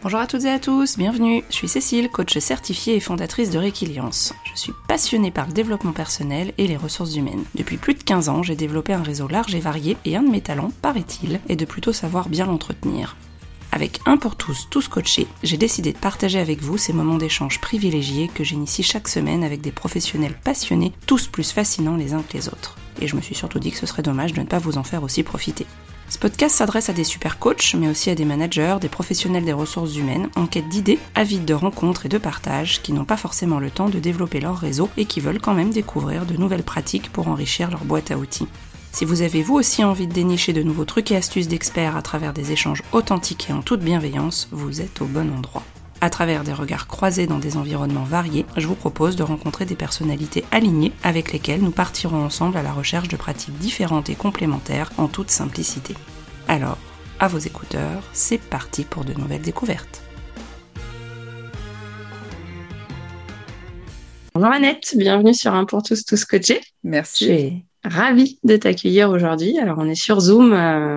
Bonjour à toutes et à tous, bienvenue. Je suis Cécile, coach certifiée et fondatrice de Réquiliance. Je suis passionnée par le développement personnel et les ressources humaines. Depuis plus de 15 ans, j'ai développé un réseau large et varié et un de mes talents, paraît-il, est de plutôt savoir bien l'entretenir. Avec Un pour tous coachés, j'ai décidé de partager avec vous ces moments d'échange privilégiés que j'initie chaque semaine avec des professionnels passionnés, tous plus fascinants les uns que les autres. Et je me suis surtout dit que ce serait dommage de ne pas vous en faire aussi profiter. Ce podcast s'adresse à des super coachs, mais aussi à des managers, des professionnels des ressources humaines, en quête d'idées, avides de rencontres et de partage, qui n'ont pas forcément le temps de développer leur réseau et qui veulent quand même découvrir de nouvelles pratiques pour enrichir leur boîte à outils. Si vous avez vous aussi envie de dénicher de nouveaux trucs et astuces d'experts à travers des échanges authentiques et en toute bienveillance, vous êtes au bon endroit. À travers des regards croisés dans des environnements variés, je vous propose de rencontrer des personnalités alignées avec lesquelles nous partirons ensemble à la recherche de pratiques différentes et complémentaires en toute simplicité. Alors, à vos écouteurs, c'est parti pour de nouvelles découvertes. Bonjour Annette, bienvenue sur Un pour tous coachés. Merci. Je suis ravie de t'accueillir aujourd'hui. Alors on est sur Zoom,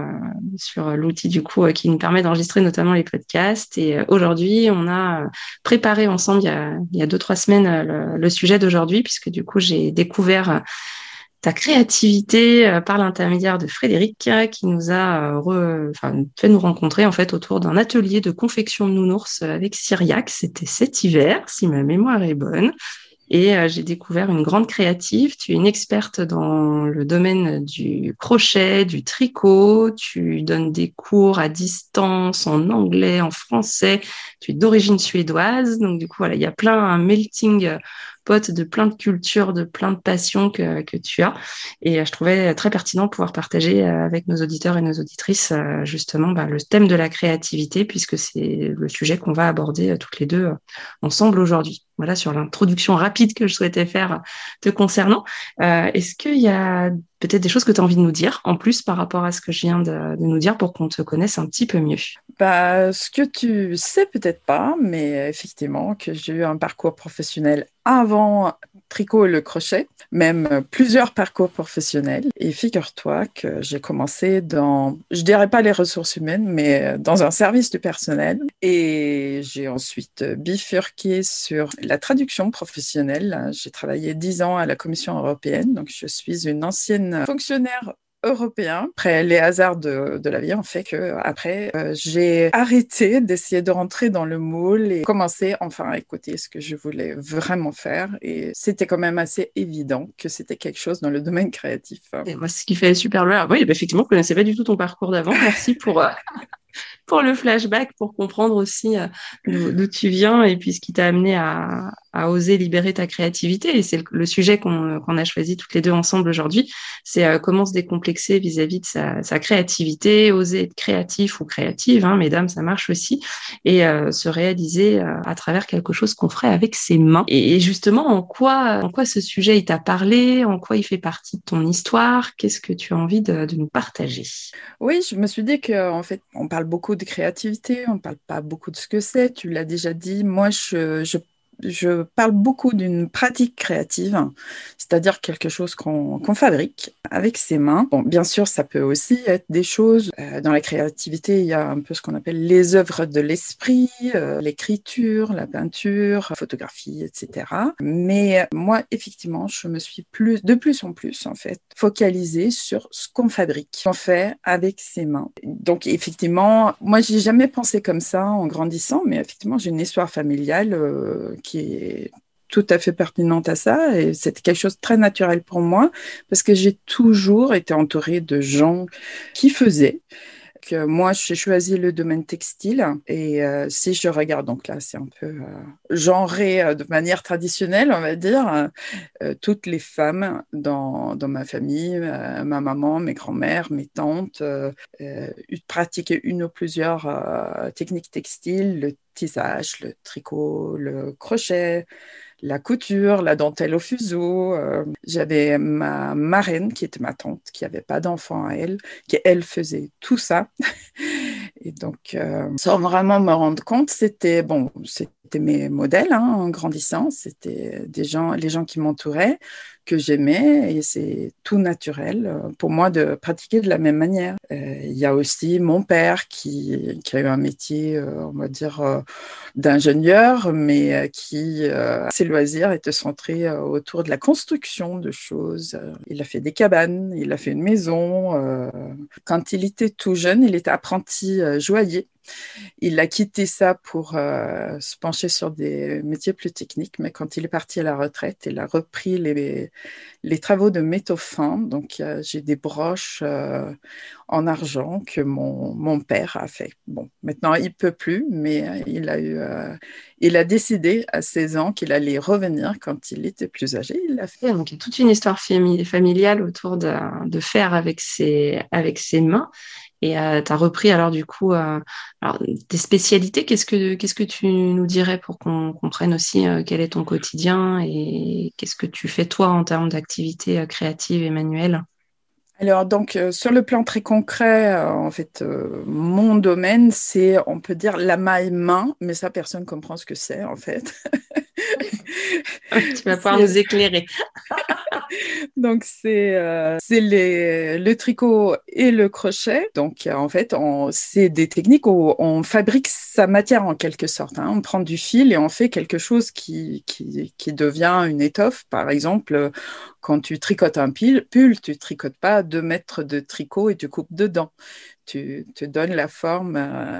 sur l'outil du coup qui nous permet d'enregistrer notamment les podcasts. Et aujourd'hui, on a préparé ensemble il y a 2-3 semaines le sujet d'aujourd'hui, puisque du coup j'ai découvert ta créativité par l'intermédiaire de Frédéric qui nous a fait nous rencontrer en fait autour d'un atelier de confection de nounours avec Cyriac. C'était cet hiver, si ma mémoire est bonne. Et j'ai découvert une grande créative. Tu es une experte dans le domaine du crochet, du tricot. Tu donnes des cours à distance en anglais, en français. Tu es d'origine suédoise. Donc, du coup, voilà, il y a un melting pot de plein de cultures, de plein de passions que tu as. Et je trouvais très pertinent de pouvoir partager avec nos auditeurs et nos auditrices justement le thème de la créativité, puisque c'est le sujet qu'on va aborder toutes les deux ensemble aujourd'hui. Voilà sur l'introduction rapide que je souhaitais faire te concernant. Est-ce qu'il y a peut-être des choses que tu as envie de nous dire en plus par rapport à ce que je viens de nous dire pour qu'on te connaisse un petit peu mieux? Ce que tu sais peut-être pas, mais effectivement que j'ai eu un parcours professionnel avant tricot et le crochet, même plusieurs parcours professionnels. Et figure-toi que j'ai commencé dans, je dirais pas les ressources humaines, mais dans un service du personnel. Et j'ai ensuite bifurqué sur la traduction professionnelle. J'ai travaillé 10 ans à la Commission européenne, donc je suis une ancienne fonctionnaire européen. Après, les hasards de la vie ont fait que après j'ai arrêté d'essayer de rentrer dans le moule et commencé enfin à écouter ce que je voulais vraiment faire. Et c'était quand même assez évident que c'était quelque chose dans le domaine créatif. Et moi, ce qui fait super bien. Oui, effectivement, je ne connaissais pas du tout ton parcours d'avant. Merci pour le flashback, pour comprendre aussi d'où tu viens et puis ce qui t'a amené à oser libérer ta créativité. Et c'est le sujet qu'on a choisi toutes les deux ensemble aujourd'hui. C'est comment se décomplexer vis-à-vis de sa créativité, oser être créatif ou créative, hein, mesdames, ça marche aussi, et se réaliser à travers quelque chose qu'on ferait avec ses mains. Et justement, en quoi ce sujet il t'a parlé, en quoi il fait partie de ton histoire, qu'est-ce que tu as envie de nous partager? Oui, je me suis dit qu'en fait, on parle beaucoup de créativité, on ne parle pas beaucoup de ce que c'est. Tu l'as déjà dit. Moi, je parle beaucoup d'une pratique créative, c'est-à-dire quelque chose qu'on fabrique avec ses mains. Bon, bien sûr, ça peut aussi être des choses. Dans la créativité, il y a un peu ce qu'on appelle les œuvres de l'esprit, l'écriture, la peinture, la photographie, etc. Mais moi, effectivement, je me suis de plus en plus, en fait, focalisée sur ce qu'on fabrique, qu'on fait avec ses mains. Donc, effectivement, moi, j'ai jamais pensé comme ça en grandissant, mais effectivement, j'ai une histoire familiale qui est tout à fait pertinente à ça et c'est quelque chose de très naturel pour moi parce que j'ai toujours été entourée de gens qui faisaient. Que moi, j'ai choisi le domaine textile et si je regarde, donc là, c'est un peu genré de manière traditionnelle, on va dire, toutes les femmes dans ma famille, ma maman, mes grands-mères, mes tantes, pratiquaient une ou plusieurs techniques textiles, le tissage, le tricot, le crochet, la couture, la dentelle au fuseau. J'avais ma marraine, qui était ma tante, qui n'avait pas d'enfant à elle, qui, elle, faisait tout ça. Et donc, sans vraiment me rendre compte, c'était C'était mes modèles en grandissant, c'était les gens qui m'entouraient, que j'aimais, et c'est tout naturel pour moi de pratiquer de la même manière. Il y a aussi mon père qui a eu un métier, on va dire, d'ingénieur, mais ses loisirs étaient centrés autour de la construction de choses. Il a fait des cabanes, il a fait une maison. Quand il était tout jeune, il était apprenti joaillier. Il a quitté ça pour se pencher sur des métiers plus techniques, mais quand il est parti à la retraite, il a repris les travaux de métaux fins. Donc, j'ai des broches en argent que mon père a fait. Bon, maintenant, il peut plus, mais il a décidé à 16 ans qu'il allait revenir quand il était plus âgé. Il l'a fait. Donc, il y a toute une histoire familiale autour de faire avec ses mains. Et tu as repris alors du coup alors, tes spécialités. Qu'est-ce que tu nous dirais pour qu'on comprenne aussi quel est ton quotidien et qu'est-ce que tu fais toi en termes d'activité créative et manuelle? Alors, donc, sur le plan très concret, en fait, mon domaine, c'est, on peut dire, la maille-main, mais ça, personne ne comprend ce que c'est, en fait. Tu vas pouvoir nous éclairer. Donc, c'est le tricot et le crochet. Donc, en fait, c'est des techniques où on fabrique sa matière en quelque sorte. On prend du fil et on fait quelque chose qui devient une étoffe. Par exemple, quand tu tricotes un pull, tu tricotes pas 2 mètres de tricot et tu coupes dedans. Tu te donnes la forme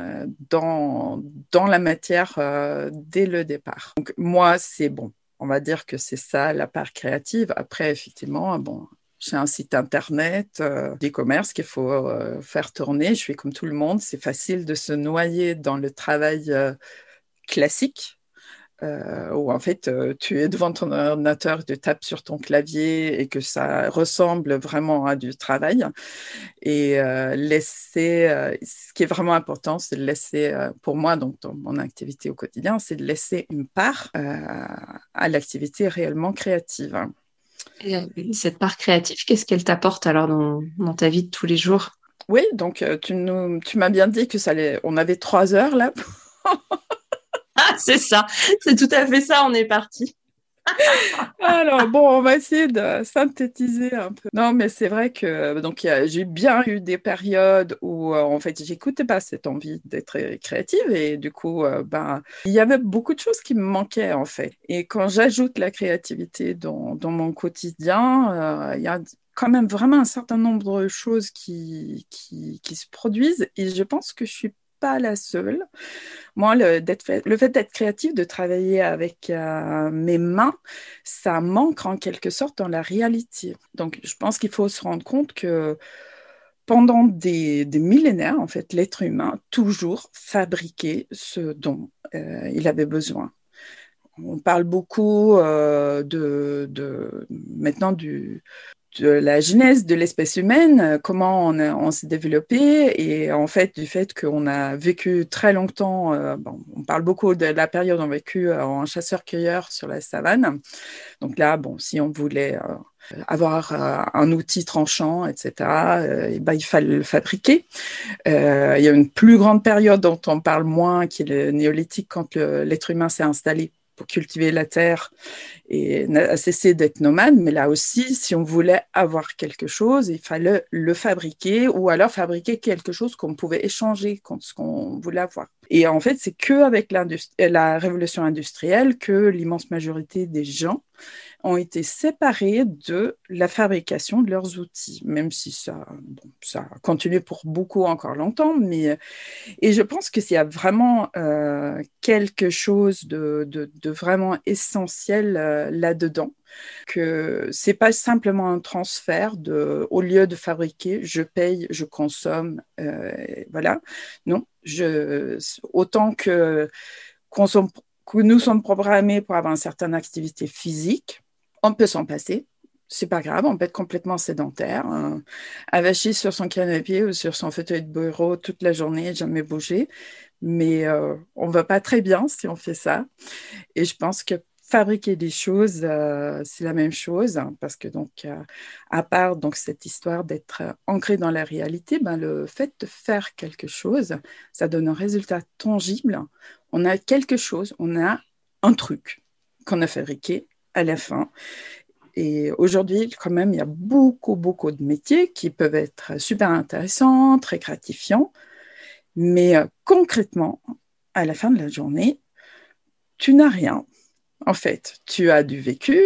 dans la matière dès le départ. Donc, moi, c'est bon. On va dire que c'est ça la part créative. Après, effectivement, bon, j'ai un site internet d'e-commerce qu'il faut faire tourner. Je suis comme tout le monde. C'est facile de se noyer dans le travail classique. Où en fait tu es devant ton ordinateur, tu tapes sur ton clavier et que ça ressemble vraiment à du travail. Et ce qui est vraiment important, c'est de laisser, pour moi, donc dans mon activité au quotidien, c'est de laisser une part à l'activité réellement créative. Et, cette part créative, qu'est-ce qu'elle t'apporte alors dans ta vie de tous les jours? Oui, donc tu m'as bien dit on avait 3 heures là. Ah, c'est ça, c'est tout à fait ça, on est parti. Alors, bon, on va essayer de synthétiser un peu. Non, mais c'est vrai que donc j'ai bien eu des périodes où en fait j'écoutais pas cette envie d'être créative et du coup ben il y avait beaucoup de choses qui me manquaient en fait. Et quand j'ajoute la créativité dans mon quotidien, il y a quand même vraiment un certain nombre de choses qui se produisent et je pense que je suis pas la seule. Moi, le fait d'être créatif, de travailler avec mes mains, ça manque en quelque sorte dans la réalité. Donc, je pense qu'il faut se rendre compte que pendant des millénaires, en fait, l'être humain a toujours fabriqué ce dont il avait besoin. On parle beaucoup maintenant de la genèse de l'espèce humaine, comment on s'est développé et en fait du fait qu'on a vécu très longtemps, bon, on parle beaucoup de la période où on a vécu en chasseur-cueilleur sur la savane. Donc là, bon, si on voulait avoir un outil tranchant, etc., ben, il fallait le fabriquer. Il y a une plus grande période dont on parle moins, qui est le néolithique, quand l'être humain s'est installé pour cultiver la terre et a cessé d'être nomade. Mais là aussi, si on voulait avoir quelque chose, il fallait le fabriquer ou alors fabriquer quelque chose qu'on pouvait échanger contre ce qu'on voulait avoir. Et en fait, c'est qu'avec la révolution industrielle que l'immense majorité des gens ont été séparés de la fabrication de leurs outils, même si ça continue pour beaucoup encore longtemps. Et je pense que s'il y a vraiment quelque chose de vraiment essentiel là-dedans, que c'est pas simplement un transfert au lieu de fabriquer, je paye, je consomme, voilà. Non, autant que nous sommes programmés pour avoir une certaine activité physique, on peut s'en passer. C'est pas grave, on peut être complètement sédentaire, avachi sur son canapé ou sur son fauteuil de bureau toute la journée et jamais bouger. Mais on va pas très bien si on fait ça. Et je pense que fabriquer des choses, c'est la même chose, hein, parce que donc, à part donc cette histoire d'être ancré dans la réalité, ben, le fait de faire quelque chose, ça donne un résultat tangible. On a quelque chose, on a un truc qu'on a fabriqué à la fin. Et aujourd'hui, quand même, il y a beaucoup, beaucoup de métiers qui peuvent être super intéressants, très gratifiants. Mais concrètement, à la fin de la journée, tu n'as rien. En fait, tu as du vécu,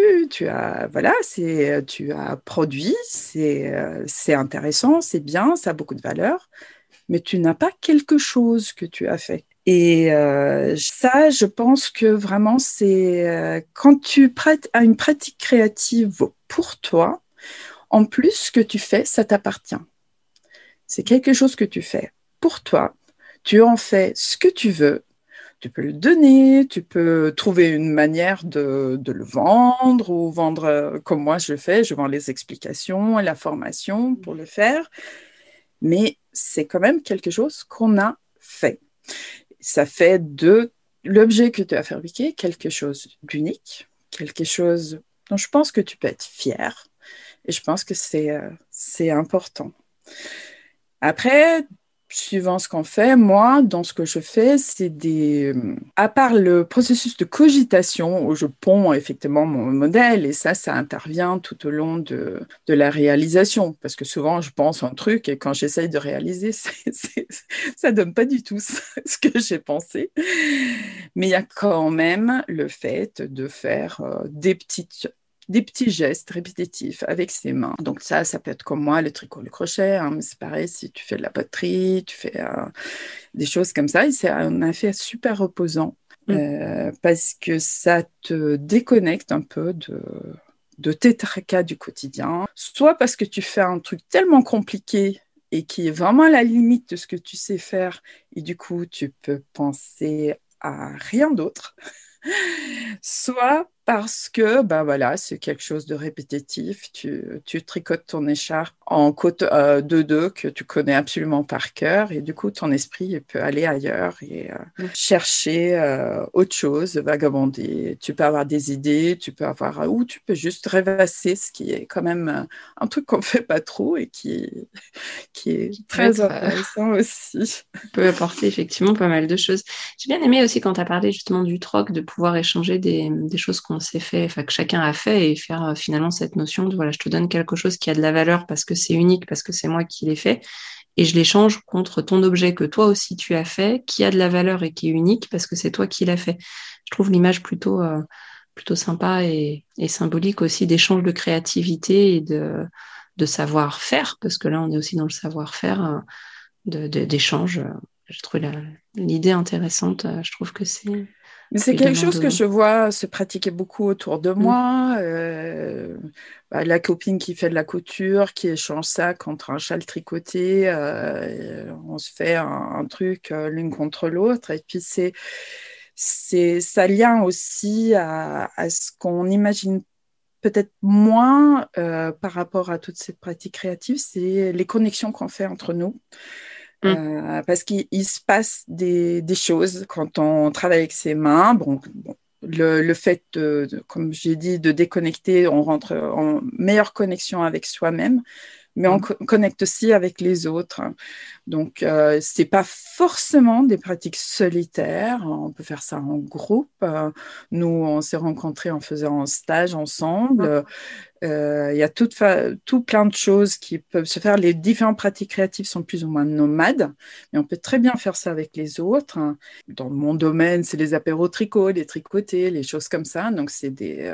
tu as produit, c'est intéressant, c'est bien, ça a beaucoup de valeur, mais tu n'as pas quelque chose que tu as fait. Et ça, je pense que vraiment, c'est quand tu prêtes à une pratique créative pour toi, en plus, ce que tu fais, ça t'appartient. C'est quelque chose que tu fais pour toi. Tu en fais ce que tu veux. Tu peux le donner, tu peux trouver une manière de le vendre ou vendre comme moi je le fais. Je vends les explications et la formation pour le faire. Mais c'est quand même quelque chose qu'on a fait. Ça fait de l'objet que tu as fabriqué quelque chose d'unique, quelque chose dont je pense que tu peux être fier. Et je pense que c'est important. Après, suivant ce qu'on fait, moi, dans ce que je fais, c'est à part le processus de cogitation où je ponds effectivement mon modèle, et ça intervient tout au long de la réalisation, parce que souvent, je pense un truc et quand j'essaye de réaliser, ça donne pas du tout ce que j'ai pensé. Mais il y a quand même le fait de faire des petits gestes répétitifs avec ses mains. Donc ça peut être comme moi, le tricot, le crochet, hein, mais c'est pareil si tu fais de la poterie, tu fais des choses comme ça, et c'est un effet super reposant parce que ça te déconnecte un peu de tes tracas du quotidien, soit parce que tu fais un truc tellement compliqué et qui est vraiment à la limite de ce que tu sais faire, et du coup, tu peux penser à rien d'autre. Soit parce que ben voilà, c'est quelque chose de répétitif. Tu tricotes ton écharpe en côte de deux que tu connais absolument par cœur, et du coup ton esprit peut aller ailleurs et chercher autre chose, vagabonder. Tu peux avoir des idées, ou tu peux juste rêvasser, ce qui est quand même un truc qu'on fait pas trop et qui est très intéressant aussi. Peut apporter effectivement pas mal de choses. J'ai bien aimé aussi quand tu as parlé justement du troc, de pouvoir échanger des choses qu'on s'est fait, enfin que chacun a fait, et faire finalement cette notion de voilà, je te donne quelque chose qui a de la valeur parce que c'est unique, parce que c'est moi qui l'ai fait, et je l'échange contre ton objet que toi aussi tu as fait, qui a de la valeur et qui est unique parce que c'est toi qui l'as fait. Je trouve l'image plutôt sympa et symbolique aussi d'échange de créativité et de savoir-faire, parce que là on est aussi dans le savoir-faire. D'échange. Je trouve l'idée intéressante. Je trouve que c'est Mais c'est quelque chose que je vois se pratiquer beaucoup autour de Mm. moi. La copine qui fait de la couture, qui échange ça contre un châle tricoté. On se fait un truc l'une contre l'autre. Et puis, ça lien aussi à ce qu'on imagine peut-être moins par rapport à toutes ces pratiques créatives, c'est les connexions qu'on fait entre nous. Parce qu'il se passe des choses quand on travaille avec ses mains. Bon, le fait, comme j'ai dit, de déconnecter, on rentre en meilleure connexion avec soi-même, mais on connecte aussi avec les autres. Donc, c'est pas forcément des pratiques solitaires. On peut faire ça en groupe. Nous, on s'est rencontrés en faisant un stage ensemble. Il y a tout plein de choses qui peuvent se faire. Les différentes pratiques créatives sont plus ou moins nomades, mais on peut très bien faire ça avec les autres. Dans mon domaine, c'est les apéros tricot, les tricotés, les choses comme ça. Donc, c'est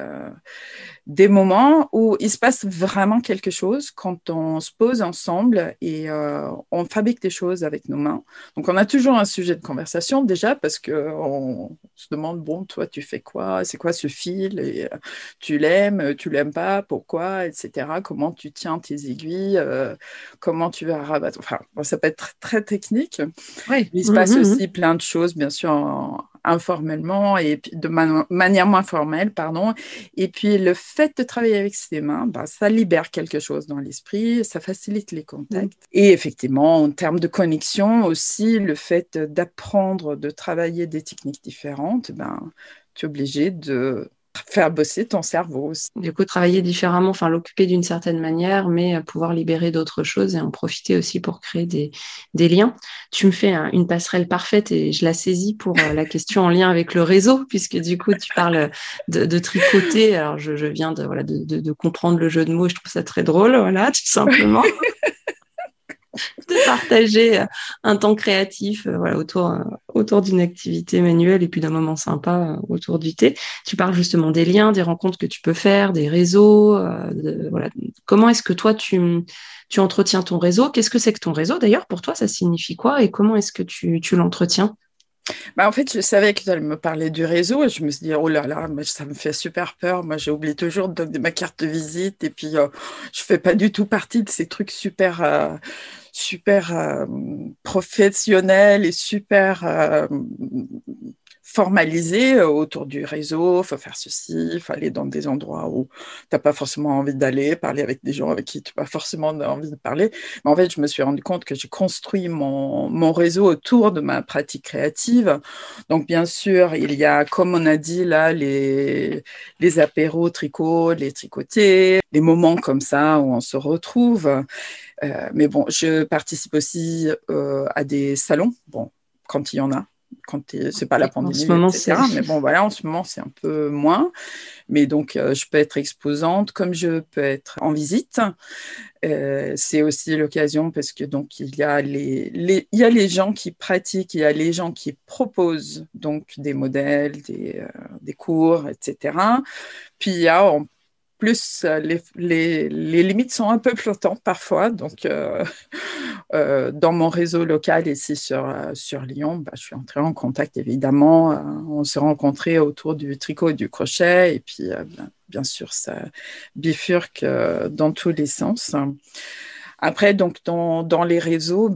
des moments où il se passe vraiment quelque chose quand on se pose ensemble et on fabrique des choses avec nos mains. Donc, on a toujours un sujet de conversation déjà parce qu'on se demande, bon, toi, tu fais quoi? C'est quoi ce fil? Et, tu l'aimes pas? Pourquoi? Etc. Comment tu tiens tes aiguilles? Comment tu vas rabattre? Enfin, bon, ça peut être très technique. Ouais. Il se passe aussi plein de choses, bien sûr, informellement et de manière moins formelle, pardon. Et puis, le fait de travailler avec ses mains, bah, ça libère quelque chose dans l'esprit, ça facilite les contacts. Et effectivement, en termes de connexion aussi, le fait d'apprendre, de travailler des techniques différentes, ben, tu es obligé faire bosser ton cerveau aussi. Du coup, travailler différemment, enfin l'occuper d'une certaine manière, mais pouvoir libérer d'autres choses et en profiter aussi pour créer des liens. Tu me fais une passerelle parfaite et je la saisis pour la question en lien avec le réseau, puisque du coup, tu parles de tricoter. Alors, je viens de comprendre le jeu de mots, je trouve ça très drôle, voilà, tout simplement. De partager un temps créatif voilà, autour d'une activité manuelle et puis d'un moment sympa autour du thé. Tu parles justement des liens, des rencontres que tu peux faire, des réseaux. Voilà. Comment est-ce que toi, tu entretiens ton réseau? Qu'est-ce que c'est que ton réseau d'ailleurs? Pour toi, ça signifie quoi? Et comment est-ce que tu l'entretiens? En fait, je savais que tu allais me parler du réseau et je me suis dit, oh là là, mais ça me fait super peur. Moi, j'oublie toujours de donner ma carte de visite et puis je fais pas du tout partie de ces trucs super professionnels et super formalisé autour du réseau. Il faut faire ceci, il faut aller dans des endroits où tu n'as pas forcément envie d'aller, parler avec des gens avec qui tu n'as pas forcément envie de parler. Mais en fait, je me suis rendu compte que j'ai construit mon réseau autour de ma pratique créative. Donc, bien sûr, il y a, comme on a dit là, les apéros tricot, les tricotés, les moments comme ça où on se retrouve. Mais bon, je participe aussi à des salons, bon, quand il y en a, quand c'est pas la Oui, en ce pandémie, moment, c'est etc. Mais bon, voilà, en ce moment, c'est un peu moins. Mais donc, je peux être exposante comme je peux être en visite. C'est aussi l'occasion parce que donc il y a il y a les gens qui pratiquent, il y a les gens qui proposent donc des modèles, des cours, etc. Puis il y a en plus les limites sont un peu flottantes parfois. Donc dans mon réseau local ici sur Lyon, je suis entrée en contact évidemment. On s'est rencontrés autour du tricot et du crochet et puis bien sûr ça bifurque dans tous les sens. Après, donc, dans les réseaux,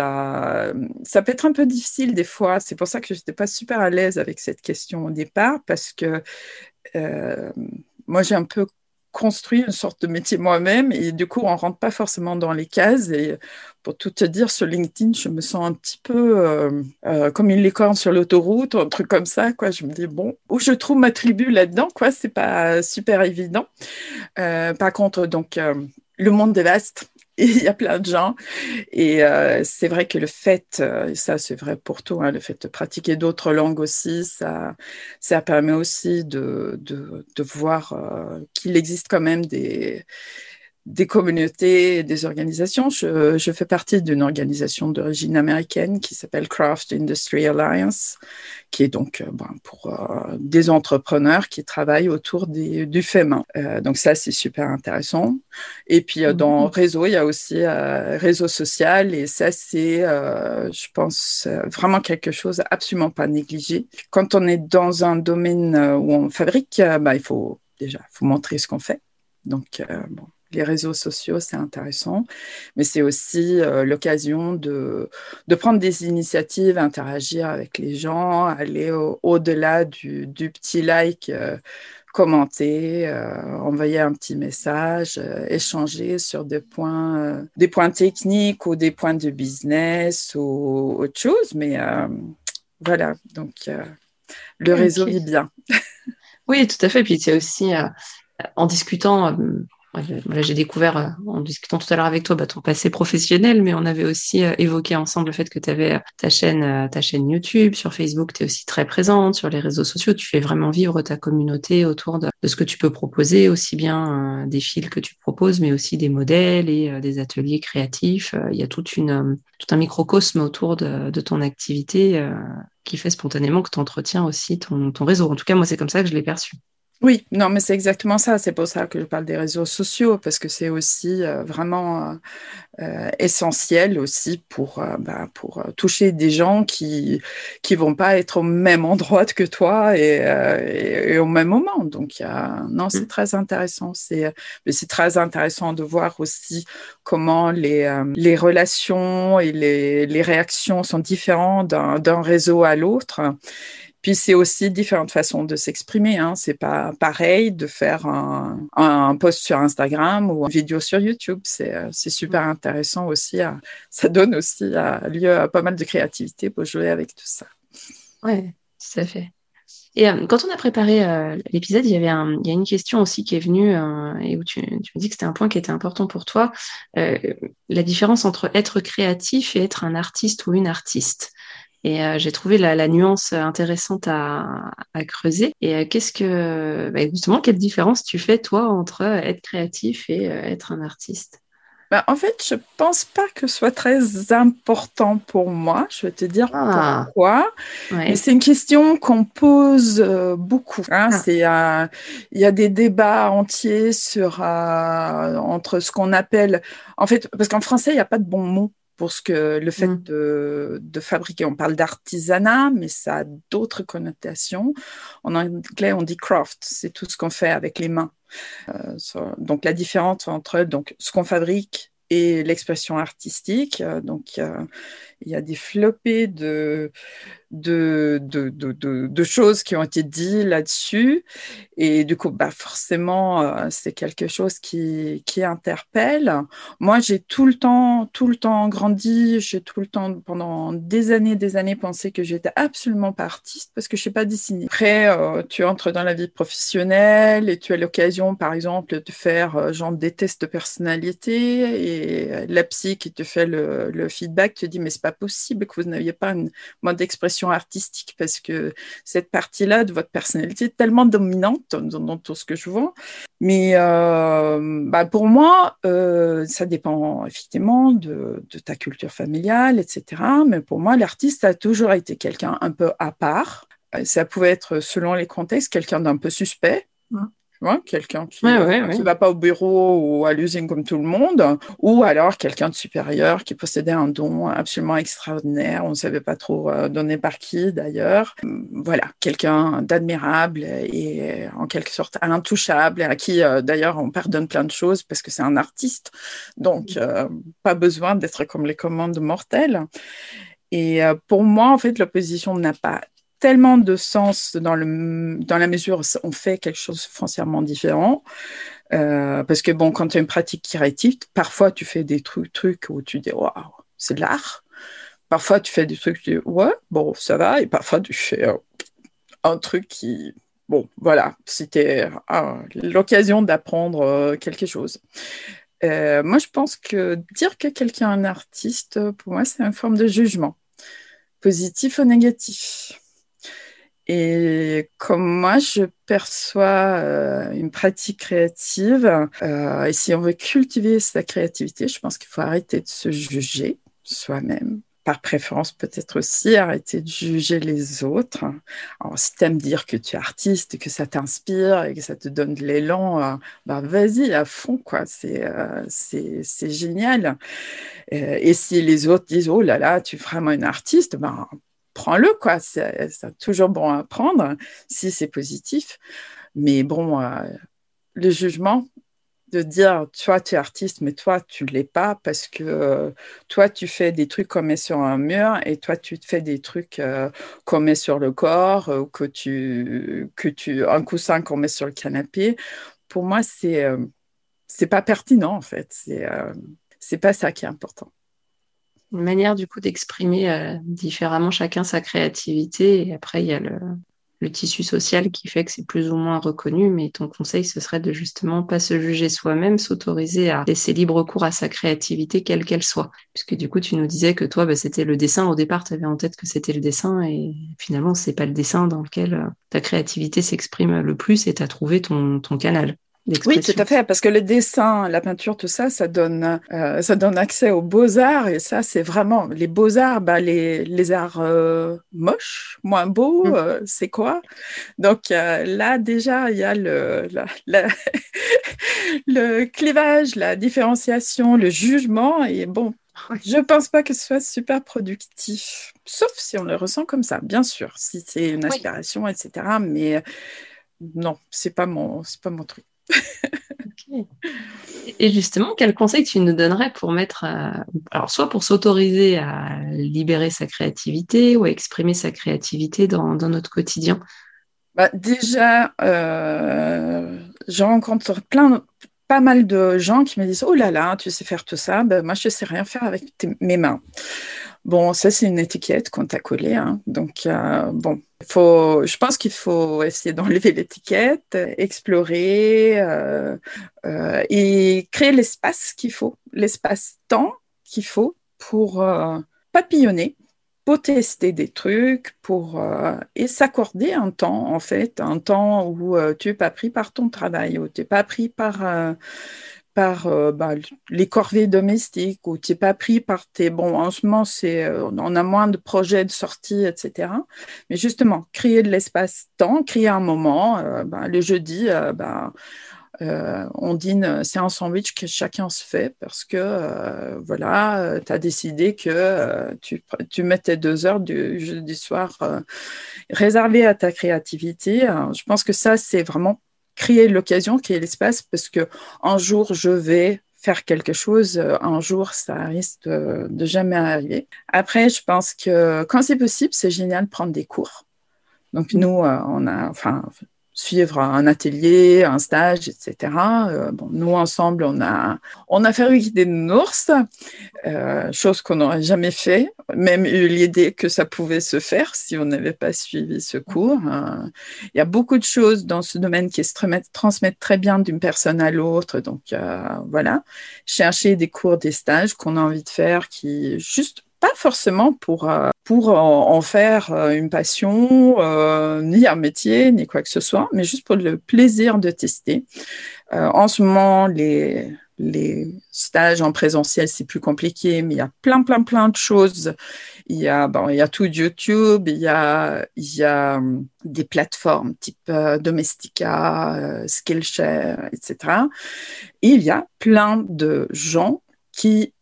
ça peut être un peu difficile des fois. C'est pour ça que je n'étais pas super à l'aise avec cette question au départ, parce que euh, moi, j'ai un peu construit une sorte de métier moi-même et du coup, on ne rentre pas forcément dans les cases. Et pour tout te dire, sur LinkedIn, je me sens un petit peu comme une licorne sur l'autoroute ou un truc comme ça, quoi. Je me dis, bon, où je trouve ma tribu là-dedans, quoi, c'est pas super évident. Par contre, donc, le monde est vaste. Et il y a plein de gens. Et c'est vrai que le fait, et ça c'est vrai pour tout, hein, le fait de pratiquer d'autres langues aussi, ça permet aussi de voir qu'il existe quand même des communautés, des organisations. Je fais partie d'une organisation d'origine américaine qui s'appelle Craft Industry Alliance, qui est donc pour des entrepreneurs qui travaillent autour du fait main. Donc ça, c'est super intéressant. Et puis dans réseau, il y a aussi réseau social et ça, c'est, je pense, vraiment quelque chose absolument pas négligé. Quand on est dans un domaine où on fabrique, il faut faut montrer ce qu'on fait. Donc, bon, les réseaux sociaux, c'est intéressant, mais c'est aussi l'occasion de prendre des initiatives, interagir avec les gens, aller au-delà du petit like, commenter, envoyer un petit message, échanger sur des points techniques ou des points de business ou autre chose, mais voilà, donc le réseau Ok. vit bien. Oui, tout à fait. Puis c'est aussi en discutant, là, j'ai découvert en discutant tout à l'heure avec toi ton passé professionnel, mais on avait aussi évoqué ensemble le fait que tu avais ta chaîne YouTube, sur Facebook, tu es aussi très présente, sur les réseaux sociaux, tu fais vraiment vivre ta communauté autour de ce que tu peux proposer, aussi bien des fils que tu proposes, mais aussi des modèles et des ateliers créatifs. Il y a tout un microcosme autour de ton activité qui fait spontanément que tu entretiens aussi ton réseau. En tout cas, moi, c'est comme ça que je l'ai perçu. Oui, non, mais c'est exactement ça. C'est pour ça que je parle des réseaux sociaux, parce que c'est aussi vraiment essentiel aussi pour toucher des gens qui vont pas être au même endroit que toi et au même moment. Donc, non, c'est Mm. très intéressant. Mais c'est très intéressant de voir aussi comment les relations et les réactions sont différentes d'un réseau à l'autre. Puis c'est aussi différentes façons de s'exprimer. Hein. C'est pas pareil de faire un post sur Instagram ou une vidéo sur YouTube. C'est super intéressant aussi. Ça donne aussi lieu à pas mal de créativité pour jouer avec tout ça. Ouais, tout à fait. Et quand on a préparé l'épisode, il y a une question aussi qui est venue et où tu me dis que c'était un point qui était important pour toi, euh, la différence entre être créatif et être un artiste ou une artiste. Et j'ai trouvé la nuance intéressante à creuser. Et justement, quelle différence tu fais, toi, entre être créatif et être un artiste? Bah, en fait, je pense pas que ce soit très important pour moi. Je vais te dire Ah, pourquoi. Mais ouais. c'est une question qu'on pose beaucoup. Hein. Ah, Il y a des débats entiers sur entre ce qu'on appelle, en fait, parce qu'en français, il n'y a pas de bon mot pour le fait hmm, de fabriquer. On parle d'artisanat, mais ça a d'autres connotations. En anglais, on dit craft. C'est tout ce qu'on fait avec les mains. Donc la différence entre donc, ce qu'on fabrique et l'expression artistique. Il y a des flopées de choses qui ont été dites là-dessus. Et du coup, bah, forcément, c'est quelque chose qui interpelle. Moi, j'ai tout le temps grandi, j'ai tout le temps, pendant des années, pensé que j'étais absolument pas artiste parce que je sais pas dessiner. Après, tu entres dans la vie professionnelle et tu as l'occasion, par exemple, de faire genre des tests de personnalité et la psy qui te fait le feedback te dit, mais c'est pas possible que vous n'aviez pas une mode d'expression artistique parce que cette partie-là de votre personnalité est tellement dominante dans tout ce que je vois. Mais bah pour moi, ça dépend effectivement de ta culture familiale, etc. Mais pour moi, l'artiste a toujours été quelqu'un un peu à part. Ça pouvait être, selon les contextes, quelqu'un d'un peu suspect. Ouais, quelqu'un ouais, ouais, qui ouais. va pas au bureau ou à l'usine comme tout le monde, ou alors quelqu'un de supérieur qui possédait un don absolument extraordinaire, on ne savait pas trop donné par qui d'ailleurs. Voilà, quelqu'un d'admirable et en quelque sorte intouchable, et à qui d'ailleurs on pardonne plein de choses parce que c'est un artiste, donc pas besoin d'être comme les commandes mortelles. Et pour moi, en fait, l'opposition n'a pas tellement de sens dans la mesure où on fait quelque chose de foncièrement différent. Parce que bon, quand tu as une pratique créative, parfois tu fais des trucs où tu dis, waouh, c'est de l'art. Parfois tu fais des trucs où tu dis, ouais, bon, ça va. Et parfois tu fais un truc qui, bon, voilà, c'était l'occasion d'apprendre quelque chose. Moi, je pense que dire que quelqu'un est un artiste, pour moi, c'est une forme de jugement, positif ou négatif. Et comme moi, je perçois une pratique créative, et si on veut cultiver sa créativité, je pense qu'il faut arrêter de se juger soi-même. Par préférence, peut-être aussi arrêter de juger les autres. Alors, si tu aimes dire que tu es artiste, que ça t'inspire et que ça te donne de l'élan, bah, vas-y à fond, quoi. C'est génial. Et si les autres disent, oh là là, tu es vraiment une artiste, ben, prends-le, quoi. C'est toujours bon à prendre si c'est positif. Mais bon, le jugement de dire, toi, tu es artiste, mais toi, tu ne l'es pas parce que toi, tu fais des trucs qu'on met sur un mur et toi, tu te fais des trucs qu'on met sur le corps ou un coussin qu'on met sur le canapé. Pour moi, c'est pas pertinent, en fait. C'est pas ça qui est important. Une manière du coup d'exprimer différemment chacun sa créativité. Et après, il y a le tissu social qui fait que c'est plus ou moins reconnu. Mais ton conseil, ce serait de justement pas se juger soi-même, s'autoriser à laisser libre cours à sa créativité, quelle qu'elle soit. Puisque du coup, tu nous disais que toi, bah, c'était le dessin. Au départ, tu avais en tête que c'était le dessin. Et finalement, c'est pas le dessin dans lequel ta créativité s'exprime le plus et tu as trouvé ton canal Oui, tout d'expression. à fait, parce que le dessin, la peinture, tout ça, ça donne accès aux beaux-arts, et ça, c'est vraiment les beaux-arts, bah, les arts moches, moins beaux, Mm. c'est quoi? Donc là, déjà, il y a le clivage, la différenciation, le jugement, et bon, Ouais. je pense pas que ce soit super productif, sauf si on le ressent comme ça, bien sûr, si c'est une Oui. aspiration, etc. Mais non, c'est pas mon truc. Ok. Et justement, quel conseil tu nous donnerais pour mettre, alors soit pour s'autoriser à libérer sa créativité ou à exprimer sa créativité dans notre quotidien? Bah, déjà, je rencontre pas mal de gens qui me disent, oh là là, tu sais faire tout ça. Ben, moi, je sais rien faire avec mes mains. Bon, ça, c'est une étiquette qu'on t'a collée, hein. Donc, bon, je pense qu'il faut essayer d'enlever l'étiquette, explorer et créer l'espace qu'il faut, l'espace-temps qu'il faut pour papillonner, pour tester des trucs, et s'accorder un temps, en fait, un temps où tu n'es pas pris par ton travail, où tu n'es pas pris par les corvées domestiques, où tu n'es pas pris par tes... Bon, en ce moment, on a moins de projets de sortie, etc. Mais justement, créer de l'espace-temps, créer un moment. Le jeudi, on dîne, c'est un sandwich que chacun se fait parce que, voilà, tu as décidé que tu mettais 2 heures du jeudi soir réservées à ta créativité. Je pense que ça, c'est vraiment créer l'occasion, créer l'espace, parce que un jour, je vais faire quelque chose, un jour, ça risque de jamais arriver. Après, je pense que quand c'est possible, c'est génial de prendre des cours. Donc, nous, suivre un atelier, un stage, etc. Nous, ensemble, on a fabriqué des nounours, chose qu'on n'aurait jamais fait, même eu l'idée que ça pouvait se faire si on n'avait pas suivi ce cours. Il y a beaucoup de choses dans ce domaine qui se transmettent très bien d'une personne à l'autre. Donc, voilà, chercher des cours, des stages qu'on a envie de faire, qui juste pas forcément pour en faire une passion, ni un métier, ni quoi que ce soit, mais juste pour le plaisir de tester. En ce moment, les stages en présentiel, c'est plus compliqué, mais il y a plein de choses. Il y a tout YouTube, il y a des plateformes type Domestika, Skillshare, etc. Et il y a plein de gens qui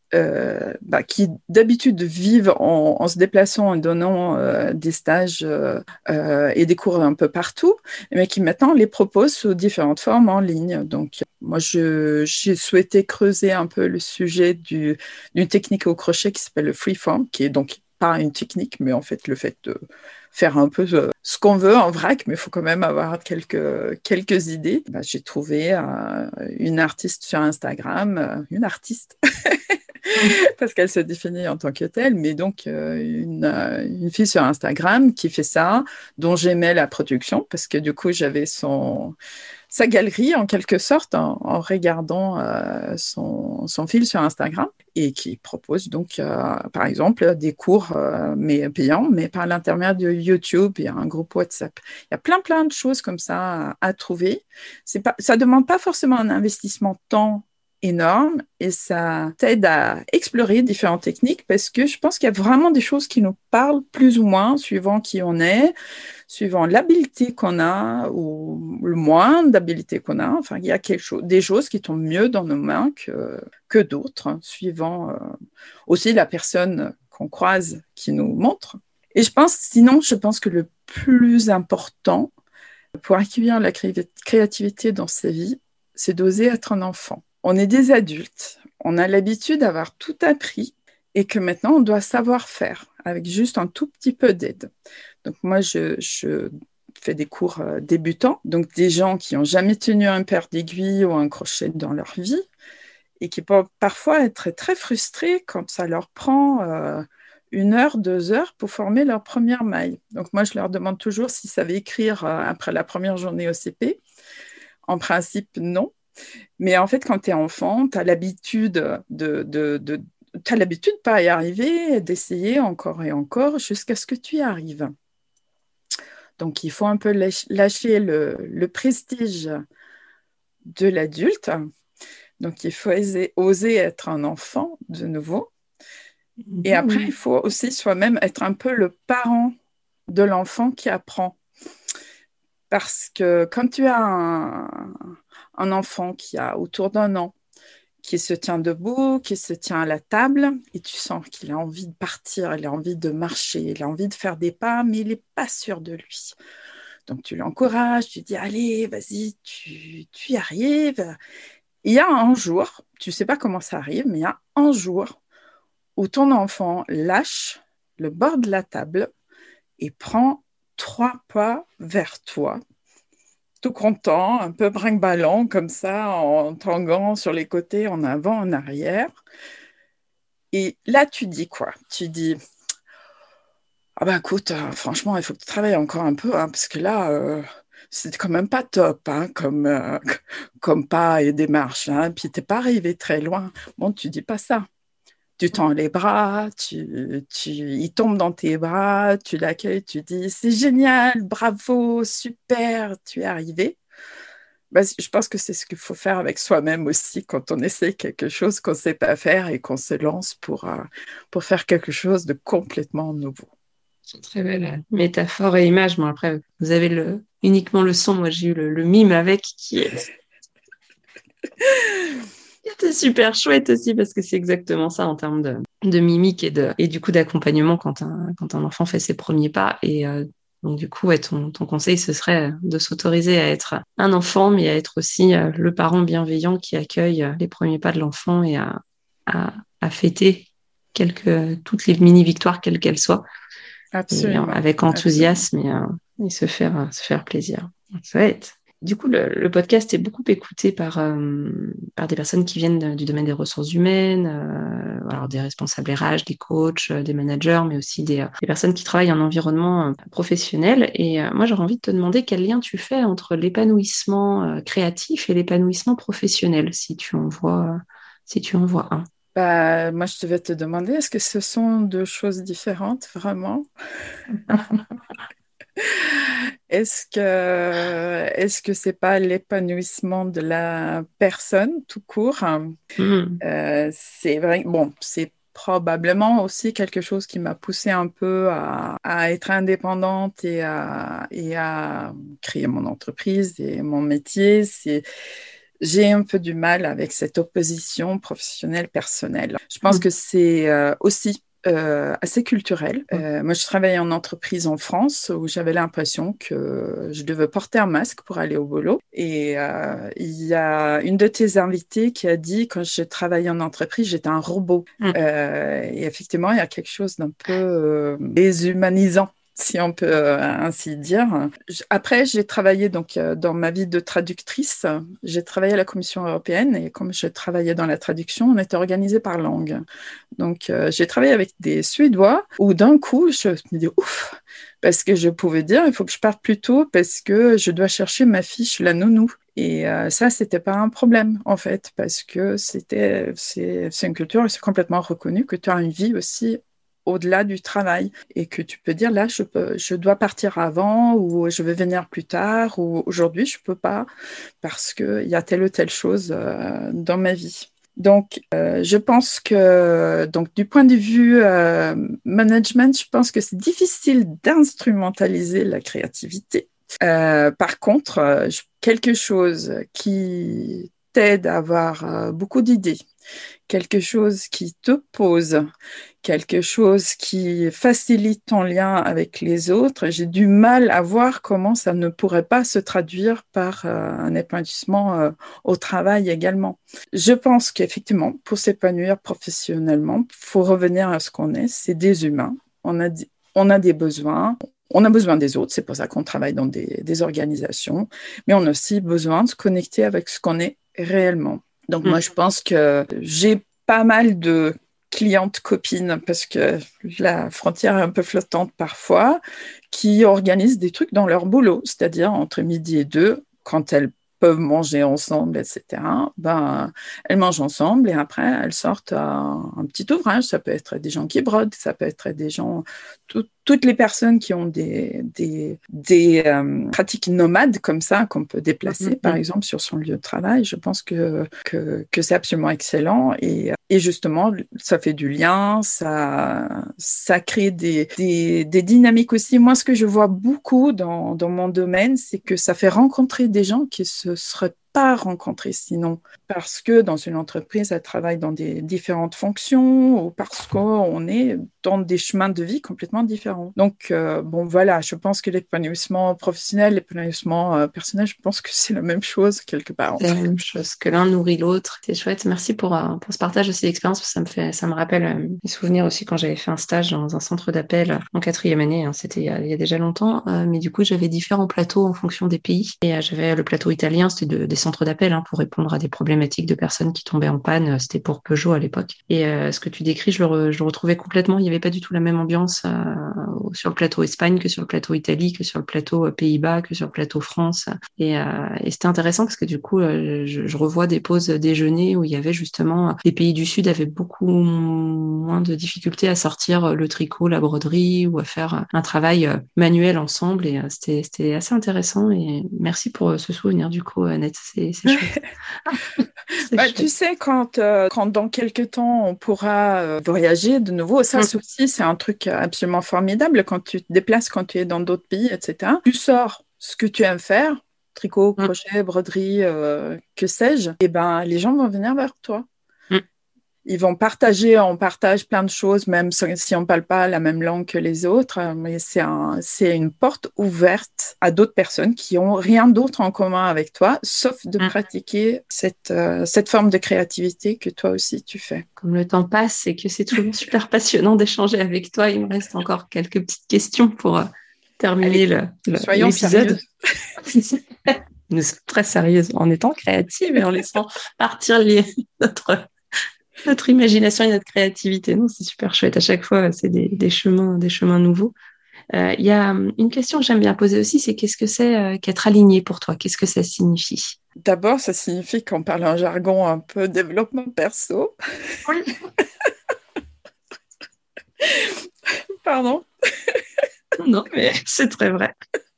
d'habitude vivent en se déplaçant, en donnant des stages et des cours un peu partout, mais qui maintenant les proposent sous différentes formes en ligne. Donc, moi, j'ai souhaité creuser un peu le sujet d'une technique au crochet qui s'appelle le freeform, qui est donc pas une technique, mais en fait le fait de faire un peu ce qu'on veut en vrac, mais il faut quand même avoir quelques idées. J'ai trouvé une artiste sur Instagram, une artiste, parce qu'elle se définit en tant que telle, mais donc une fille sur Instagram qui fait ça, dont j'aimais la production, parce que du coup, j'avais sa galerie en quelque sorte en regardant son fil sur Instagram, et qui propose donc, par exemple, des cours mais payants, mais par l'intermédiaire de YouTube. Il y a un groupe WhatsApp. Il y a plein de choses comme ça à trouver. Ça ne demande pas forcément un investissement de temps énorme, et ça t'aide à explorer différentes techniques, parce que je pense qu'il y a vraiment des choses qui nous parlent plus ou moins suivant qui on est, suivant l'habilité qu'on a ou le moins d'habilité qu'on a. Enfin, il y a des choses qui tombent mieux dans nos mains que d'autres, hein, suivant aussi la personne qu'on croise qui nous montre. Et je pense que le plus important pour accueillir la créativité dans sa vie, c'est d'oser être un enfant. On est des adultes, on a l'habitude d'avoir tout appris, et que maintenant on doit savoir faire avec juste un tout petit peu d'aide. Donc moi, je fais des cours débutants, donc des gens qui n'ont jamais tenu un paire d'aiguilles ou un crochet dans leur vie, et qui peuvent parfois être très frustrés quand ça leur prend 1 heure, 2 heures pour former leur première maille. Donc moi, je leur demande toujours s'ils savaient écrire après la première journée au CP. En principe, non. Mais en fait, quand tu es enfant, tu as l'habitude t'as l'habitude de pas y arriver, d'essayer encore et encore jusqu'à ce que tu y arrives. Donc, il faut un peu lâcher le prestige de l'adulte. Donc, il faut oser être un enfant de nouveau. Et après, il faut aussi soi-même être un peu le parent de l'enfant qui apprend. Parce que quand tu as un enfant qui a autour d'1 an, qui se tient debout, qui se tient à la table, et tu sens qu'il a envie de partir, il a envie de marcher, il a envie de faire des pas, mais il n'est pas sûr de lui. Donc tu l'encourages, tu dis allez, vas-y, tu y arrives. Il y a un jour, tu ne sais pas comment ça arrive, mais il y a un jour où ton enfant lâche le bord de la table et prend 3 pas vers toi, tout content, un peu brinque-ballant comme ça, en tanguant sur les côtés, en avant, en arrière. Et là, tu dis quoi? Tu dis, ah bah écoute, franchement, il faut que tu travailles encore un peu, hein, parce que là, c'est quand même pas top, hein, comme pas et démarche, hein, puis t'es pas arrivé très loin. Bon, tu dis pas ça. Tu tends les bras, il tombe dans tes bras, tu l'accueilles, tu dis c'est génial, bravo, super, tu es arrivé. Bah, je pense que c'est ce qu'il faut faire avec soi-même aussi quand on essaie quelque chose qu'on ne sait pas faire et qu'on se lance pour faire quelque chose de complètement nouveau. C'est une très belle métaphore et image. Bon, après, vous avez uniquement le son. Moi, j'ai eu le mime avec qui était super chouette aussi parce que c'est exactement ça en termes de mimique et du coup d'accompagnement quand un enfant fait ses premiers pas. Et donc, du coup, ouais, ton conseil, ce serait de s'autoriser à être un enfant, mais à être aussi le parent bienveillant qui accueille les premiers pas de l'enfant et à fêter toutes les mini-victoires, quelles qu'elles soient, et Absolument, avec absolument. enthousiasme et se faire plaisir. Ça va être. Du coup, le podcast est beaucoup écouté par des personnes qui viennent du domaine des ressources humaines, alors des responsables RH, des coachs, des managers, mais aussi des personnes qui travaillent en environnement professionnel. Et moi, j'aurais envie de te demander quel lien tu fais entre l'épanouissement créatif et l'épanouissement professionnel, si tu en vois un. Bah, moi, je devais te demander, est-ce que ce sont deux choses différentes, vraiment? Est-ce que c'est pas l'épanouissement de la personne tout court? Hmm. C'est vrai, bon, c'est probablement aussi quelque chose qui m'a poussée un peu à être indépendante et à créer mon entreprise et mon métier. J'ai un peu du mal avec cette opposition professionnelle-personnelle. Je pense Hmm. que c'est aussi assez culturel. Moi, je travaillais en entreprise en France où j'avais l'impression que je devais porter un masque pour aller au boulot. Et il y a une de tes invitées qui a dit, quand je travaillais en entreprise, j'étais un robot. Hmm. Et effectivement, il y a quelque chose d'un peu déshumanisant, si on peut ainsi dire. Après, j'ai travaillé donc dans ma vie de traductrice. J'ai travaillé à la Commission européenne et comme je travaillais dans la traduction, on était organisé par langue. Donc, j'ai travaillé avec des Suédois où d'un coup, je me dis ouf, parce que je pouvais dire il faut que je parte plus tôt parce que je dois chercher ma fiche, la nounou. Et ça, c'était pas un problème en fait, parce que c'est une culture, c'est complètement reconnu que tu as une vie aussi au-delà du travail et que tu peux dire là je dois partir avant ou je vais venir plus tard ou aujourd'hui je peux pas parce qu'il y a telle ou telle chose dans ma vie. Donc, je pense que donc, du point de vue management, je pense que c'est difficile d'instrumentaliser la créativité. Par contre, quelque chose qui t'aide à avoir beaucoup d'idées, quelque chose qui te pose, quelque chose qui facilite ton lien avec les autres, j'ai du mal à voir comment ça ne pourrait pas se traduire par un épanouissement au travail également. Je pense qu'effectivement, pour s'épanouir professionnellement, il faut revenir à ce qu'on est, c'est des humains. On a des besoins, on a besoin des autres, c'est pour ça qu'on travaille dans des organisations, mais on a aussi besoin de se connecter avec ce qu'on est réellement. Donc moi, je pense que j'ai pas mal de clientes copines, parce que la frontière est un peu flottante parfois, qui organisent des trucs dans leur boulot, c'est-à-dire entre midi et deux, quand elles peuvent manger ensemble, etc., ben, elles mangent ensemble et après, elles sortent un petit ouvrage. Ça peut être des gens qui brodent, ça peut être des gens, toutes les personnes qui ont des pratiques nomades comme ça, qu'on peut déplacer, par exemple, sur son lieu de travail. Je pense que c'est absolument excellent et justement, ça fait du lien, ça crée des dynamiques aussi. Moi, ce que je vois beaucoup dans mon domaine, c'est que ça fait rencontrer des gens qui se seraient pas rencontrés sinon, parce que dans une entreprise, elle travaille dans des différentes fonctions ou parce qu'on est dans des chemins de vie complètement différents. Donc, bon, voilà, je pense que l'épanouissement professionnel, l'épanouissement personnel, je pense que c'est la même chose quelque part. C'est la même chose, que l'un nourrit l'autre. C'est chouette. Merci pour ce partage aussi d'expérience. Ça me rappelle mes souvenirs aussi quand j'avais fait un stage dans un centre d'appel en quatrième année. Hein, c'était il y a déjà longtemps. Mais du coup, j'avais différents plateaux en fonction des pays. Et j'avais le plateau italien, c'était des centres d'appel pour répondre à des problématiques de personnes qui tombaient en panne. C'était pour Peugeot à l'époque. Et ce que tu décris, je le retrouvais complètement. Il n'y avait pas du tout la même ambiance sur le plateau Espagne que sur le plateau Italie, que sur le plateau Pays-Bas, que sur le plateau France. Et c'était intéressant parce que du coup, je revois des pauses déjeuner où il y avait justement les pays du Sud avaient beaucoup moins de difficultés à sortir le tricot, la broderie ou à faire un travail manuel ensemble. Et c'était assez intéressant. Et merci pour ce souvenir du coup, Annette. C'est chouette. Tu sais, quand dans quelques temps on pourra voyager de nouveau, ça aussi c'est un truc absolument formidable quand tu te déplaces, quand tu es dans d'autres pays, etc. Tu sors ce que tu aimes faire, tricot, crochet, broderie, que sais-je, et ben les gens vont venir vers toi. Ils vont partager, on partage plein de choses, même si on ne parle pas la même langue que les autres, mais c'est une porte ouverte à d'autres personnes qui n'ont rien d'autre en commun avec toi, sauf de pratiquer cette forme de créativité que toi aussi tu fais. Comme le temps passe et que c'est toujours super passionnant d'échanger avec toi, il me reste encore quelques petites questions pour terminer l'épisode. Nous sommes très sérieuses en étant créatives et en laissant partir notre imagination et notre créativité. Non, c'est super chouette. À chaque fois, c'est des chemins nouveaux. Il y a une question que j'aime bien poser aussi, c'est qu'est-ce que c'est qu'être aligné pour toi? Qu'est-ce que ça signifie? D'abord, ça signifie qu'on parle un jargon un peu développement perso. Oui. Pardon. Non, mais c'est très vrai.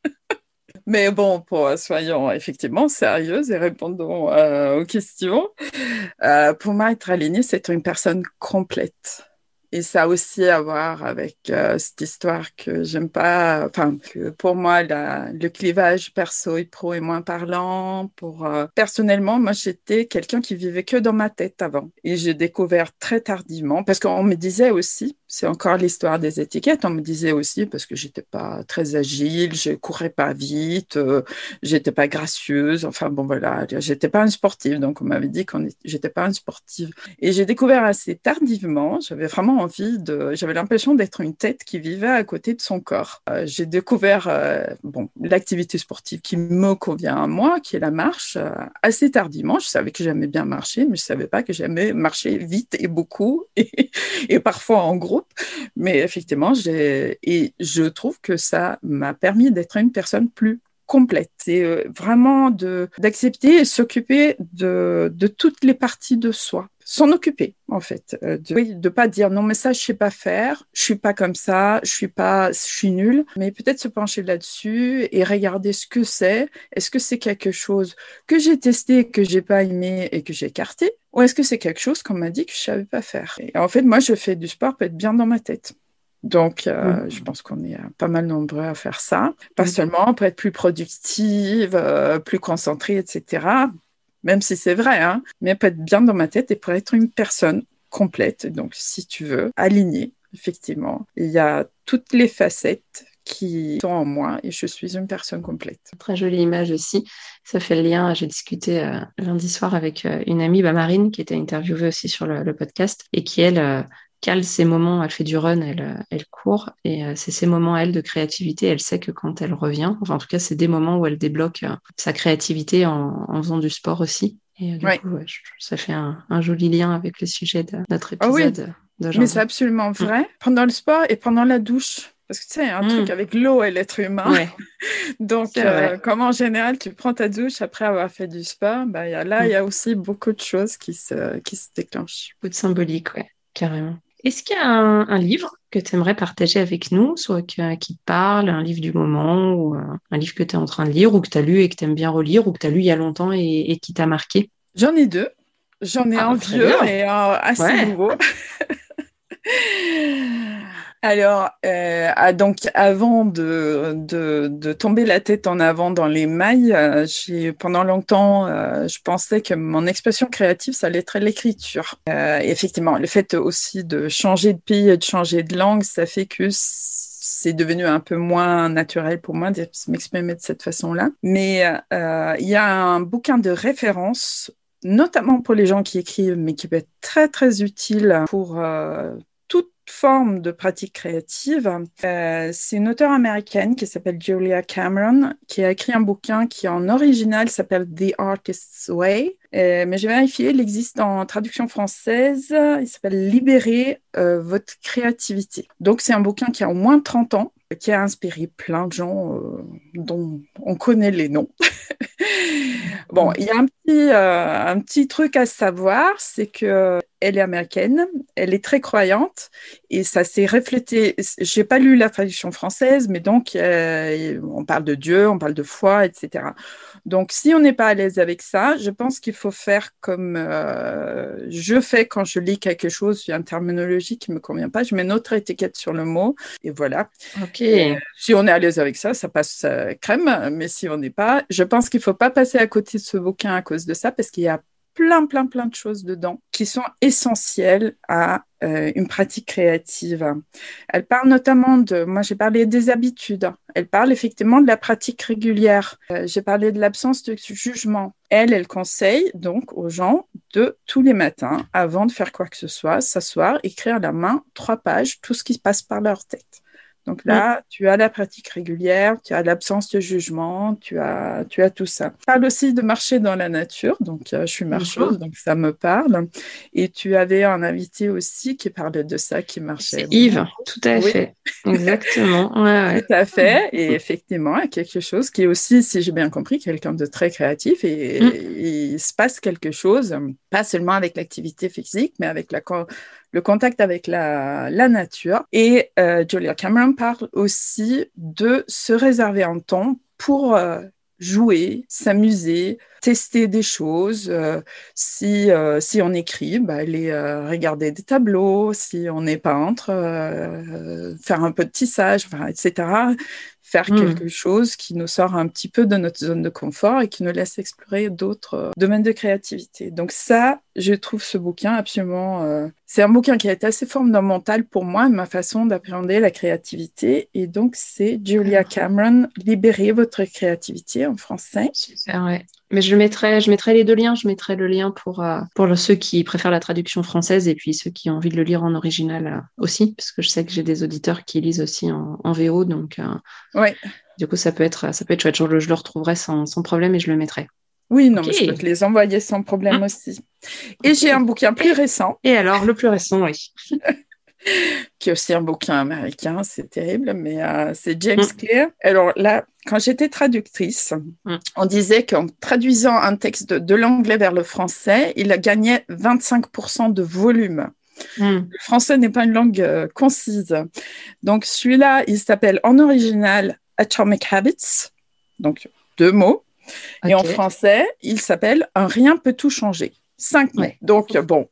Mais bon, soyons effectivement sérieuses et répondons aux questions. Pour moi, être alignée, c'est être une personne complète. Et ça a aussi à voir avec cette histoire que j'aime pas. Enfin, que pour moi, le clivage perso et pro est moins parlant. Personnellement, moi, j'étais quelqu'un qui vivait que dans ma tête avant. Et j'ai découvert très tardivement, parce qu'on me disait aussi, c'est encore l'histoire des étiquettes, on me disait aussi, parce que j'étais pas très agile, je courais pas vite, j'étais pas gracieuse. Enfin, bon, voilà, j'étais pas une sportive. Donc, on m'avait dit j'étais pas une sportive. Et j'ai découvert assez tardivement, j'avais l'impression d'être une tête qui vivait à côté de son corps. J'ai découvert l'activité sportive qui me convient à moi, qui est la marche, assez tardivement. Je savais que j'aimais bien marcher, mais je savais pas que j'aimais marcher vite et beaucoup et parfois en groupe. Mais effectivement, je trouve que ça m'a permis d'être une personne plus complète. C'est vraiment d'accepter et s'occuper de toutes les parties de soi. S'en occuper, en fait. De pas dire non, mais ça, je sais pas faire, je suis pas comme ça, je suis nulle. Mais peut-être se pencher là-dessus et regarder ce que c'est. Est-ce que c'est quelque chose que j'ai testé, que j'ai pas aimé et que j'ai écarté? Ou est-ce que c'est quelque chose qu'on m'a dit que je savais pas faire? Et en fait, moi, je fais du sport pour être bien dans ma tête. Donc, je pense qu'on est pas mal nombreux à faire ça. Pas seulement pour être plus productive, plus concentrée, etc. Même si c'est vrai, mais pour être bien dans ma tête et pour être une personne complète. Donc, si tu veux, alignée, effectivement. Il y a toutes les facettes qui sont en moi et je suis une personne complète. Très jolie image aussi. Ça fait le lien. J'ai discuté lundi soir avec une amie, Marine, qui était interviewée aussi sur le podcast et qui, elle, cale ces moments, elle fait du run, elle court, et c'est ces moments, elle, de créativité, elle sait que quand elle revient, enfin en tout cas c'est des moments où elle débloque sa créativité en faisant du sport aussi. Et du coup, ça fait un joli lien avec le sujet de notre épisode d'aujourd'hui. Mais c'est absolument vrai. Pendant le sport et pendant la douche. Parce que tu sais, il y a un truc avec l'eau et l'être humain. Ouais. Donc, comme en général, tu prends ta douche après avoir fait du sport, il y a aussi beaucoup de choses qui se déclenchent. Beaucoup de symbolique, ouais, carrément. Est-ce qu'il y a un livre que tu aimerais partager avec nous, soit qui te parle, un livre du moment, ou un livre que tu es en train de lire, ou que tu as lu et que tu aimes bien relire, ou que tu as lu il y a longtemps et qui t'a marqué? J'en ai deux. J'en ai un vieux et un assez nouveau. Alors, donc avant de tomber la tête en avant dans les mailles, pendant longtemps, je pensais que mon expression créative, ça allait être l'écriture. Effectivement, le fait aussi de changer de pays et de changer de langue, ça fait que c'est devenu un peu moins naturel pour moi de m'exprimer de cette façon-là. Mais il y a un bouquin de référence, notamment pour les gens qui écrivent, mais qui peut être très, très utile pour forme de pratique créative. C'est une auteure américaine qui s'appelle Julia Cameron, qui a écrit un bouquin qui en original s'appelle The Artist's Way. Mais j'ai vérifié, il existe en traduction française, il s'appelle Libérer votre créativité. Donc c'est un bouquin qui a au moins 30 ans, qui a inspiré plein de gens dont on connaît les noms. Bon, il y a un petit truc à savoir, c'est que elle est américaine, elle est très croyante et ça s'est reflété. J'ai pas lu la traduction française, mais donc on parle de Dieu, on parle de foi, etc. Donc, si on n'est pas à l'aise avec ça, je pense qu'il faut faire comme je fais quand je lis quelque chose, il y a une terminologie qui me convient pas, je mets une autre étiquette sur le mot et voilà. Ok. Si on est à l'aise avec ça, ça passe crème, mais si on n'est pas, je pense qu'il faut pas passer à côté de ce bouquin à cause de ça, parce qu'il y a plein de choses dedans qui sont essentielles à une pratique créative. Elle parle notamment moi j'ai parlé des habitudes, elle parle effectivement de la pratique régulière, j'ai parlé de l'absence de jugement. Elle conseille donc aux gens de tous les matins, avant de faire quoi que ce soit, s'asseoir, écrire à la main 3 pages, tout ce qui se passe par leur tête. Donc là, tu as la pratique régulière, tu as l'absence de jugement, tu as tout ça. Je parle aussi de marcher dans la nature, donc je suis marcheuse, donc ça me parle. Et tu avais un invité aussi qui parlait de ça, qui marchait. C'est Yves, tout à fait. Exactement. Ouais. Tout à fait. Et effectivement, il y a quelque chose qui est aussi, si j'ai bien compris, quelqu'un de très créatif et il se passe quelque chose, pas seulement avec l'activité physique, mais avec le contact avec la nature. Et Julia Cameron parle aussi de se réserver un temps pour jouer, s'amuser, tester des choses. Si on écrit, aller regarder des tableaux. Si on est peintre, faire un peu de tissage, etc. Faire quelque chose qui nous sort un petit peu de notre zone de confort et qui nous laisse explorer d'autres domaines de créativité. Donc ça, je trouve ce bouquin absolument... c'est un bouquin qui a été assez fondamental pour moi, ma façon d'appréhender la créativité. Et donc, c'est Julia Cameron, Libérez votre créativité en français. Super, ouais. Mais je mettrai les 2 liens. Je mettrai le lien pour ceux qui préfèrent la traduction française et puis ceux qui ont envie de le lire en original aussi, parce que je sais que j'ai des auditeurs qui lisent aussi en VO, donc ouais. Du coup ça peut être chouette. Je le retrouverai sans problème et je le mettrai. Oui, non, mais je peux te les envoyer sans problème aussi. Et j'ai un bouquin plus récent. Et alors, le plus récent, oui. Qui est aussi un bouquin américain, c'est terrible, mais c'est James Clear. Alors là, quand j'étais traductrice, on disait qu'en traduisant un texte de l'anglais vers le français, il a gagné 25% de volume. Le français n'est pas une langue concise. Donc celui-là, il s'appelle en original Atomic Habits, donc 2 mots. Okay. Et en français, il s'appelle Un rien peut tout changer. 5 mots. Ouais. Donc bon...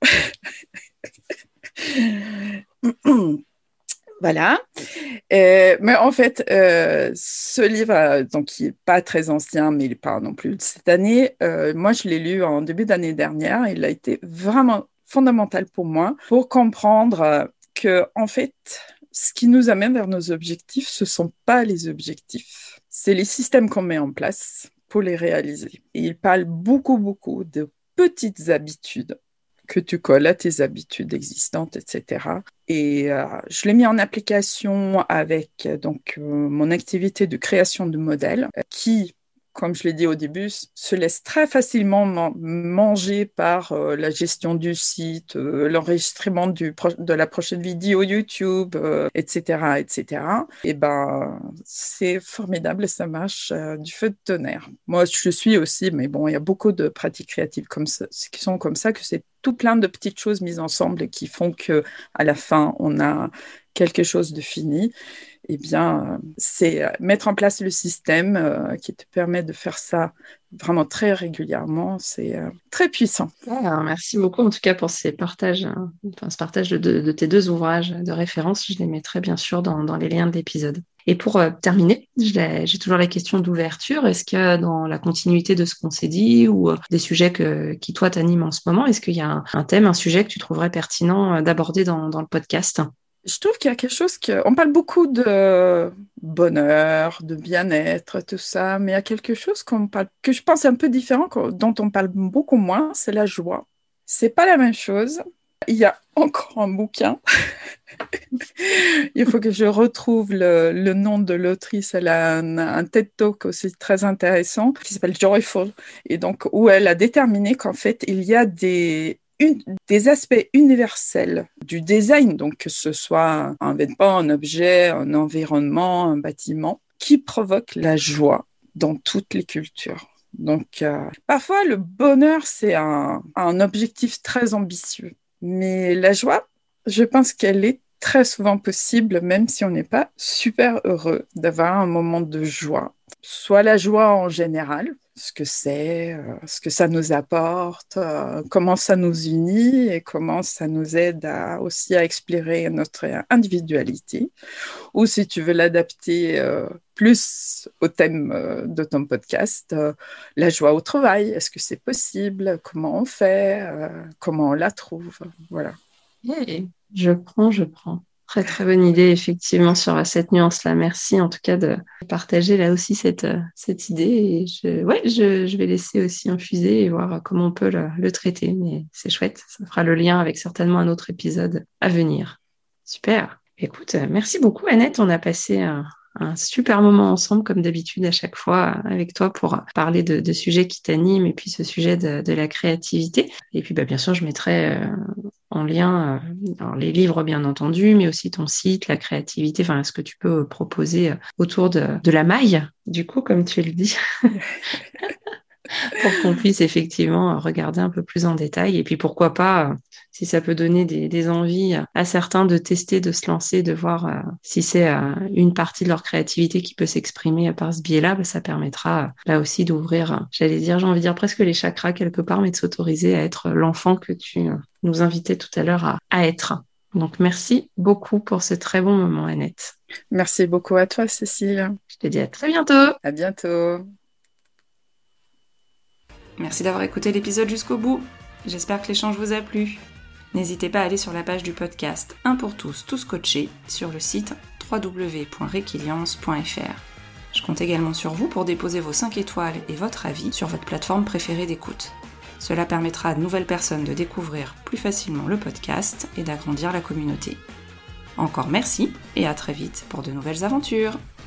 Voilà. Mais en fait, ce livre, donc, qui n'est pas très ancien, mais il n'est pas non plus de cette année, moi, je l'ai lu en début d'année dernière. Il a été vraiment fondamental pour moi pour comprendre que, en fait, ce qui nous amène vers nos objectifs, ce ne sont pas les objectifs. C'est les systèmes qu'on met en place pour les réaliser. Et il parle beaucoup de petites habitudes que tu colles à tes habitudes existantes, etc. Et je l'ai mis en application avec mon activité de création de modèles qui, comme je l'ai dit au début, se laisse très facilement manger par la gestion du site, l'enregistrement de la prochaine vidéo YouTube, etc., etc. Et c'est formidable, ça marche du feu de tonnerre. Moi, je suis aussi, mais bon, il y a beaucoup de pratiques créatives comme ça, qui sont comme ça, que c'est tout plein de petites choses mises ensemble qui font que à la fin, on a quelque chose de fini. Eh bien, c'est mettre en place le système qui te permet de faire ça vraiment très régulièrement. C'est très puissant. Alors, merci beaucoup en tout cas pour ce partage de tes 2 ouvrages de référence. Je les mettrai bien sûr dans les liens de l'épisode. Et pour terminer, j'ai toujours la question d'ouverture. Est-ce que dans la continuité de ce qu'on s'est dit ou des sujets qui toi t'animent en ce moment, est-ce qu'il y a un thème, un sujet que tu trouverais pertinent d'aborder dans le podcast ? Je trouve qu'il y a quelque chose on parle beaucoup de bonheur, de bien-être, tout ça, mais il y a quelque chose que je pense est un peu différent, dont on parle beaucoup moins, c'est la joie. C'est pas la même chose. Il y a encore un bouquin. Il faut que je retrouve le nom de l'autrice. Elle a un TED Talk aussi très intéressant qui s'appelle Joyful. Et donc, où elle a déterminé qu'en fait, il y a des aspects universels du design, donc que ce soit un vêtement, un objet, un environnement, un bâtiment, qui provoquent la joie dans toutes les cultures. Donc, parfois, le bonheur, c'est un objectif très ambitieux. Mais la joie, je pense qu'elle est très souvent possible, même si on n'est pas super heureux d'avoir un moment de joie. Soit la joie en général, ce que c'est, ce que ça nous apporte, comment ça nous unit et comment ça nous aide aussi à explorer notre individualité. Ou si tu veux l'adapter plus au thème de ton podcast, la joie au travail, est-ce que c'est possible? Comment on fait? Comment on la trouve? Voilà. Hey, je prends. Très, très bonne idée, effectivement, sur cette nuance-là. Merci, en tout cas, de partager là aussi cette idée. Et je vais laisser aussi infuser et voir comment on peut le traiter. Mais c'est chouette. Ça fera le lien avec certainement un autre épisode à venir. Super. Écoute, merci beaucoup, Annette. On a passé un super moment ensemble, comme d'habitude, à chaque fois avec toi pour parler de sujets qui t'animent et puis ce sujet de la créativité. Et puis, bien sûr, je mettrai en lien alors les livres, bien entendu, mais aussi ton site, la créativité, enfin, ce que tu peux proposer autour de la maille, du coup, comme tu le dis. Pour qu'on puisse effectivement regarder un peu plus en détail. Et puis pourquoi pas, si ça peut donner des envies à certains de tester, de se lancer, de voir si c'est une partie de leur créativité qui peut s'exprimer par ce biais-là, ça permettra là aussi d'ouvrir, j'allais dire, j'ai envie de dire presque les chakras quelque part, mais de s'autoriser à être l'enfant que tu nous invitais tout à l'heure à être. Donc merci beaucoup pour ce très bon moment, Annette. Merci beaucoup à toi, Cécile. Je te dis à très bientôt. À bientôt. Merci d'avoir écouté l'épisode jusqu'au bout. J'espère que l'échange vous a plu. N'hésitez pas à aller sur la page du podcast Un pour tous, tous coachés sur le site www.requiliance.fr. Je compte également sur vous pour déposer vos 5 étoiles et votre avis sur votre plateforme préférée d'écoute. Cela permettra à de nouvelles personnes de découvrir plus facilement le podcast et d'agrandir la communauté. Encore merci et à très vite pour de nouvelles aventures.